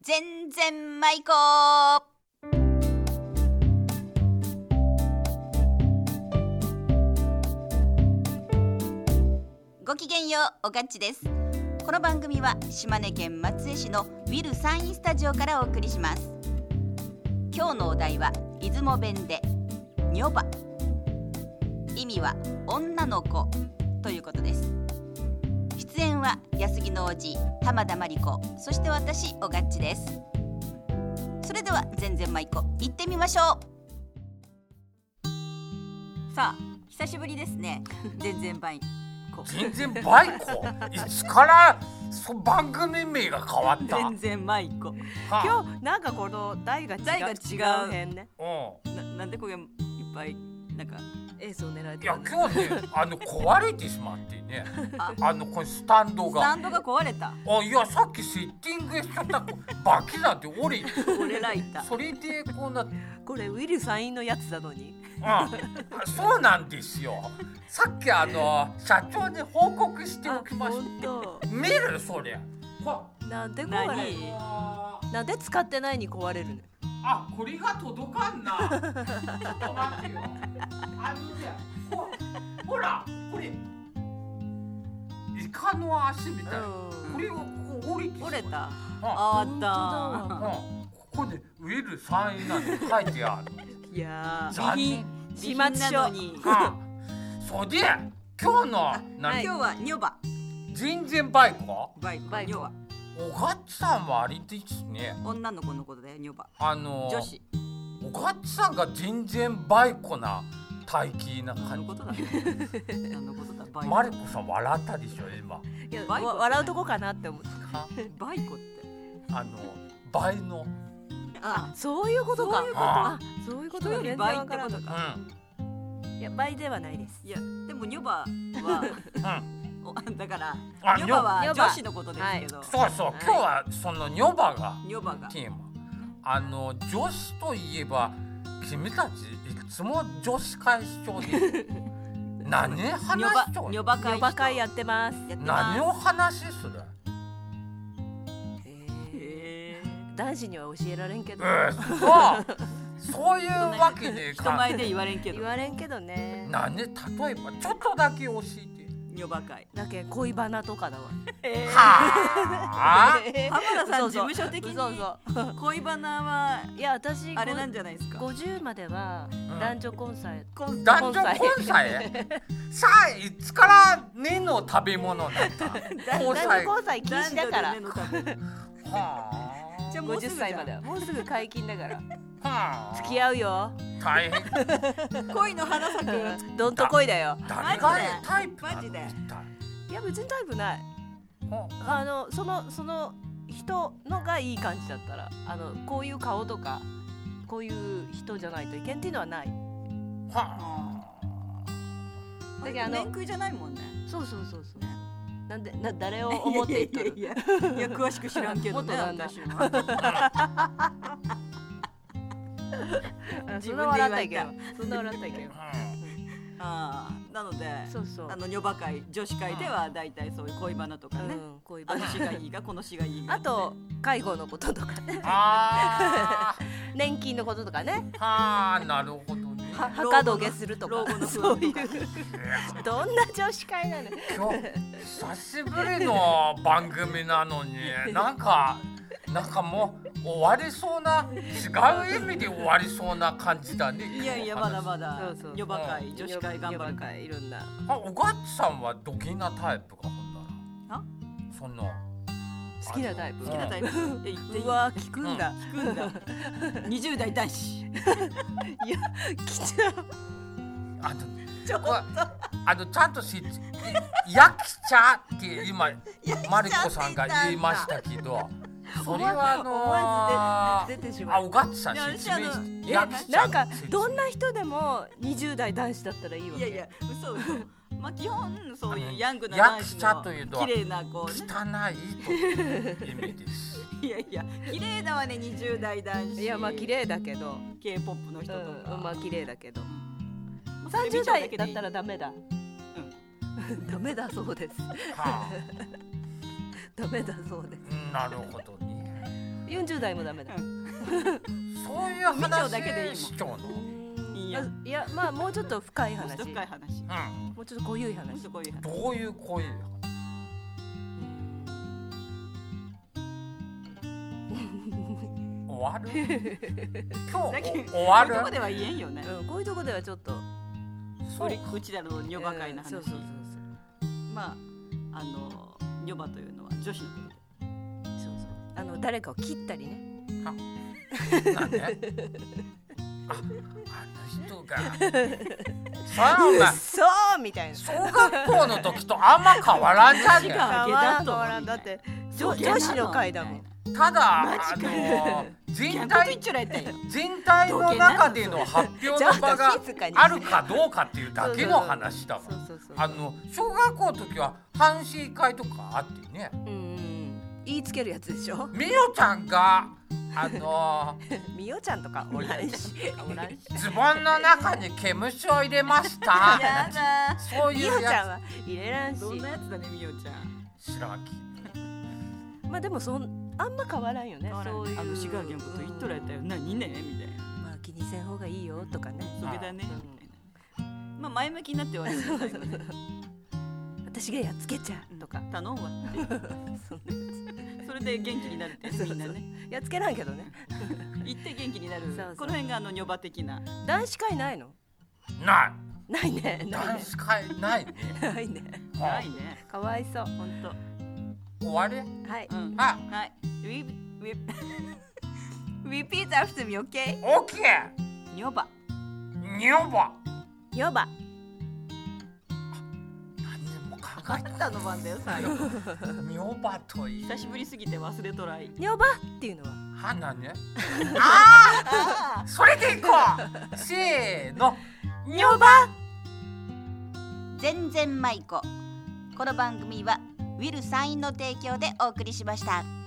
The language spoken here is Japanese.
全然舞子。ごきげんよう、おかっちです。この番組は島根県松江市のウィルサインスタジオからお送りします。今日のお題は出雲弁でニョバ、意味は女の子ということです。出演は安木のおじ浜田真理子、そして私おがっちです。それでは全然舞子行ってみましょう。さあ久しぶりですね。全然舞子全然舞子いつから番組名が変わった？ 全然舞子。 今日なんかこの題が違う辺ね。 なんでこれいっぱいなんかエースを狙えてる。 いや今日ね壊れてしまってねこれスタンドが壊れた。 いやさっきセッティングしちゃったバキなんて折れらいた。 それでこうなって、 これウィルサインのやつなのに。 そうなんですよ。さっき社長に報告しておきました。見るそれ。 なんで壊れる？なんで使ってないに壊れるの？ これが届かんな。ちょっと待ってよ。ほらこれイカの足みたいな。これが折れた。 ここでウィルサインなんて書いてある。 いや残念。 始末書に。 それで今日はニョバ。 全然バイコ。 ニョバ。 おがっちさんはあれですね。 女の子のことだよ、ニョバ。 女子。おがっちさんが全然バイコな体型な感じ。 何のことだ。 マリコさん笑ったでしょ今。 いや笑うとこかなって思った。 バイコって倍の。 そういうことか。 そういうことより倍ってことか。 いや倍ではないです。 いやでもニョバはだからニョバは女子のことですけど。 そう今日はそのニョバがテーマ。女子といえば君たちいつも女子会視聴で何話しとる？ ニョバ会やってます。 何を話する？ 男子には教えられんけど。 そういうわけで人前で言われんけどね。 例えばちょっとだけ教えて。 ニョバ会だけ恋バナとかだわ。 浜田さん事務所的に恋バナは、いや私あれなんじゃないですか。 50までは男女交際。 男女交際？さあいつから根の食べ物だった？ 男女交際禁止だから。 50 歳まではもうすぐ解禁だから付き合うよ。 大変。 恋の花咲くどんと恋だよ。 誰がタイプ？ マジで。 いや別にタイプない。その人のがいい感じだったらこういう顔とかこういう人じゃないといけんっていうのはない。 だけど面食いじゃないもんね。 そうなんで誰を思って言っとる？ いや詳しく知らんけどね。私もそんな笑ったいけど。 なのでニョそうバ会女子会ではだいたいそういう恋バナとかね。あの詩がいいがこの詩がいいが。 あと介護のこととかね。年金のこととかね。 なるほどね。 墓土下するとか。 老後の不安とか。 どんな女子会なの？ 今日久しぶりの番組なのになんかもう終わりそうな、違う意味で終わりそうな感じだね。 いやまだニョバ会女子会頑張る会いろんな。 おがっちさんはドキなタイプかほんなら。そんな好きなタイプ。 うわ聞くんだ。20代男子。いや来ちゃう。 ちょっとちゃんと焼き茶って今マリコさんが言いましたけど、それは思わず出てしまう。 おがっちさん説明して。 なんかどんな人でも20代男子だったらいいわけ。 いや嘘。まあ基本そういうヤングな男子の綺麗な子、 汚いという意味です。 いや綺麗だわね20代男子。 いやまあ綺麗だけど K-POP の人とかまあ綺麗だけど30代だったらダメだ。ダメだそうです。ダメだそうです。 なるほどね。 い 40代もダメだ。 そういう話だけでいいもん。 いや、まあもうちょっと深い話。 深い話。 もうちょっと濃ゆい話。 どういう濃い話？終わる？今日終わる？ こういうとこでは言えんよね。 こういうとこではちょっと。 うちらの女バ会の話。まあ女バというのは女子のことで。 そうそう。誰かを切ったりね。 なんで？あの人がそうみたいな。 小学校の時とあんま変わらんじゃねえ。 変わらん。だって女子の会だもん。 ただ人体の中での発表の場があるかどうかっていうだけの話だわ。小学校の時は阪神会とかあってね。 言いつけるやつでしょ。 みおちゃんがみおちゃんとかおらんしズボンの中に毛虫を入れました。そういうやつ。 みおちゃんは入れらんし。 どんなやつだね、みおちゃん。 知らんき。 まあでもあんま変わらんよね。そういうシガーゲンこと言っとられたよ。何ねみたいな。 まあ気にせん方がいいよとかね。 それだね。まあ前向きになって言われる。 私がやっつけちゃうとか頼むわ。それで元気になるってみんなね。 やっつけないけどね。 言って元気になる。この辺が女バ的な。 男子会ないの？ないね。 男子会ないね。 ないね。 ないね。 かわいそう。 本当。 終わり？ はい。 はい。 Repeat after me, okay? Okay. 女バ。 女バ。 あったの番だよ最後。 女バといい。 久しぶりすぎて忘れとらい。 女バっていうのは。 何ね？それでいこう。せーの。 女バ。 全然舞子。この番組はウィル・サインの提供でお送りしました。